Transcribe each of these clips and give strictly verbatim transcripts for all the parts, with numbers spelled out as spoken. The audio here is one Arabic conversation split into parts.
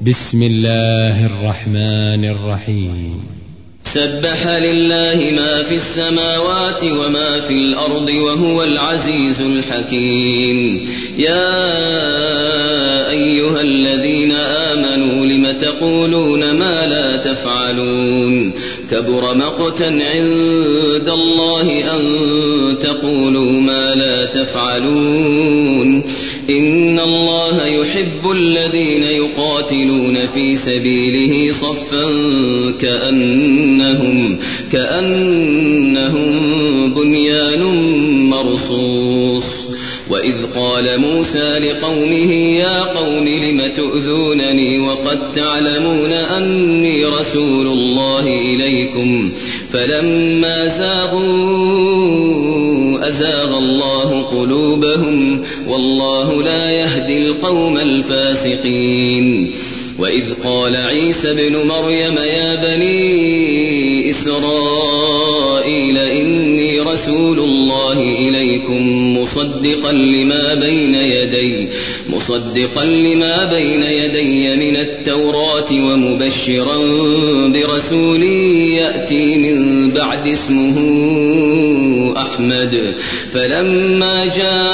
بسم الله الرحمن الرحيم. سبح لله ما في السماوات وما في الأرض وهو العزيز الحكيم. يا أيها الذين آمنوا لم تقولون ما لا تفعلون كبر مقتا عند الله أن تقولوا ما لا تفعلون إن الله يحب الذين يقاتلون في سبيله صفا كأنهم, كأنهم بنيان مرصوص. وإذ قال موسى لقومه يا قوم لم تؤذونني وقد تعلمون أني رسول الله إليكم فلما زاغوا أزاغ الله قلوبهم والله لا يهدي القوم الفاسقين. وإذ قال عيسى ابن مريم يا بني إسرائيل إني رسول الله إليكم مصدقا لما بين يدي مصدقا لما بين يدي من التوراة ومبشرا برسول يأتي من بعد اسمه أحمد فلما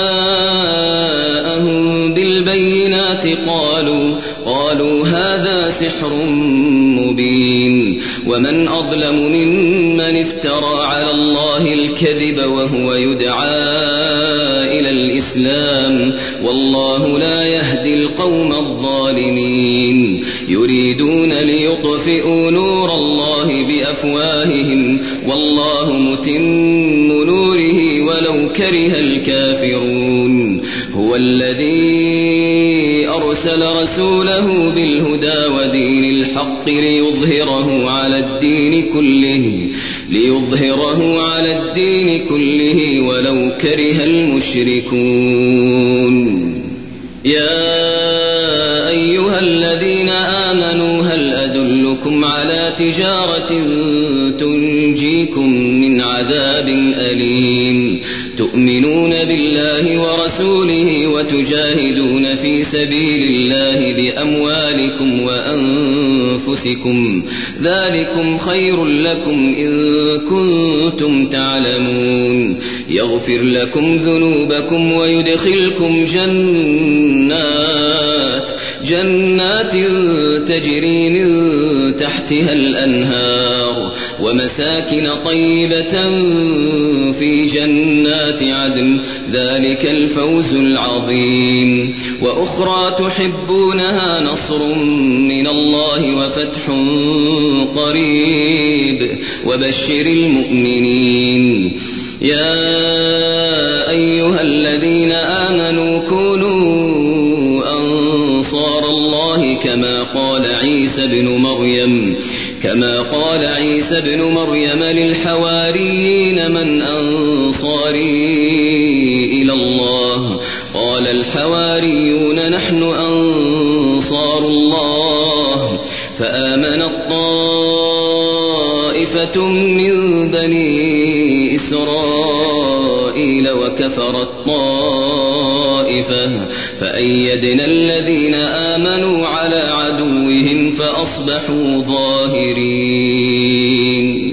جاءهم بالبينات قالوا قالوا هذا سحر مبين. ومن أظلم ممن افترى على الله الكذب وهو يدعى إلى الإسلام والله لا يهدي القوم الظالمين. يريدون ليطفئوا نور الله بأفواههم والله متم نوره ولو كره الكافرون. هو الذي أرسل رسوله بالهدى ودين الحق ليظهره على الدين كله ليظهره على الدين كله ولو كره المشركون. يا أيها الذين آمنوا هل أدلكم على تجارة تنجيكم من عذاب أليم تؤمنون بالله ورسوله وتجاهدون في سبيل الله بأموالكم وأنفسكم ذلكم خير لكم إن كنتم تعلمون. يغفر لكم ذنوبكم ويدخلكم جنات جنات تجري من تحتها الأنهار ومساكن طيبة في جنات عدن ذلك الفوز العظيم. وأخرى تحبونها نصر من الله وفتح قريب وبشر المؤمنين. يا أيها الذين آمنوا كونوا أنصار الله كما قال عيسى ابن مريم كما قال عيسى ابن مريم للحواريين من أنصاري إلى الله قال الحواريون نحن أنصار الله فآمنت طائفة من بني إسرائيل وكفرت طائفة فأيدنا الذين آمنوا على عدوهم فأصبحوا ظاهرين.